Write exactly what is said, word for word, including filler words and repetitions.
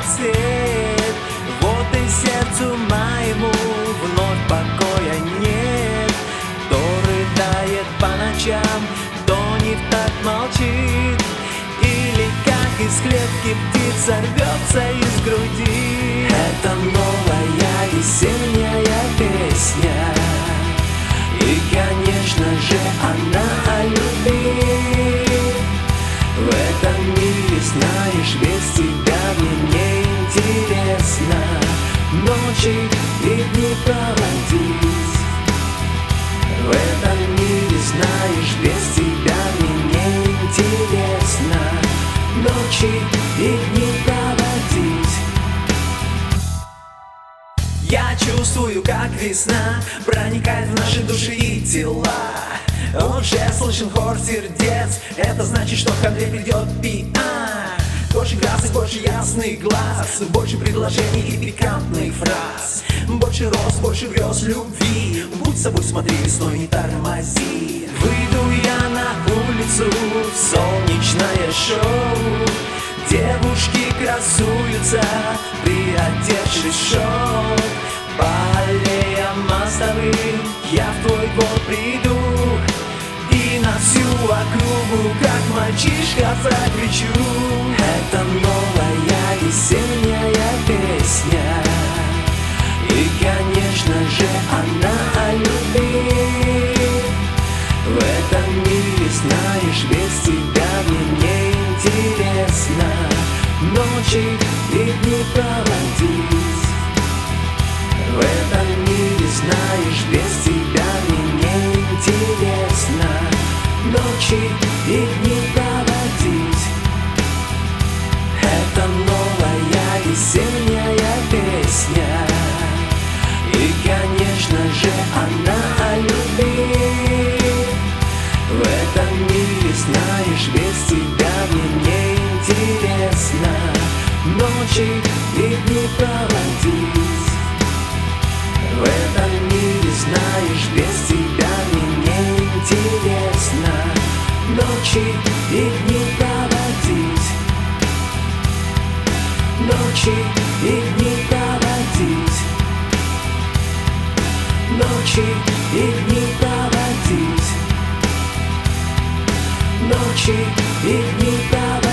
рассвет. Вот и сердцу моему вновь покоя нет. То рыдает по ночам, то не в такт молчит, или как из клетки птица рвется из груди. Это новая весенняя песня, и, конечно же, она о любви. В этом мире, знаешь, без тебя мне не интересно ночи и дни проводить. В этом мире, знаешь, без тебя мне не интересно ночи и дни проводить. Я чувствую, как весна проникает в наши души и тела. Уже слышен хор сердец, это значит, что в хандре придет пиа. Больше красок, больше ясных глаз, больше предложений и пикантных фраз, больше роз, больше грез любви. Будь собой, смотри, весной не тормози. Выйду я на улицу в солнечное шоу. Девушки красуются, приодевшись в шелк. По аллеям мостовым я в твой двор приду, и на всю округу, как мальчишка, закричу. Это новая весенняя песня, и, конечно же, она о любви. В этом мире, знаешь, без тебя мне не интересно ночи и дни проводить. В этом мире, знаешь, без тебя мне не интересно ночи и дни проводить. Это новая весенняя песня, и, конечно же, она о любви. В этом мире, знаешь, без тебя мне не интересно ночи и дни проводить. В этом мире, знаешь, без тебя мне не интересно ночи и дни проводить. Ночи и дни проводить. Ночи и дни проводить. Ночи и дни проводить.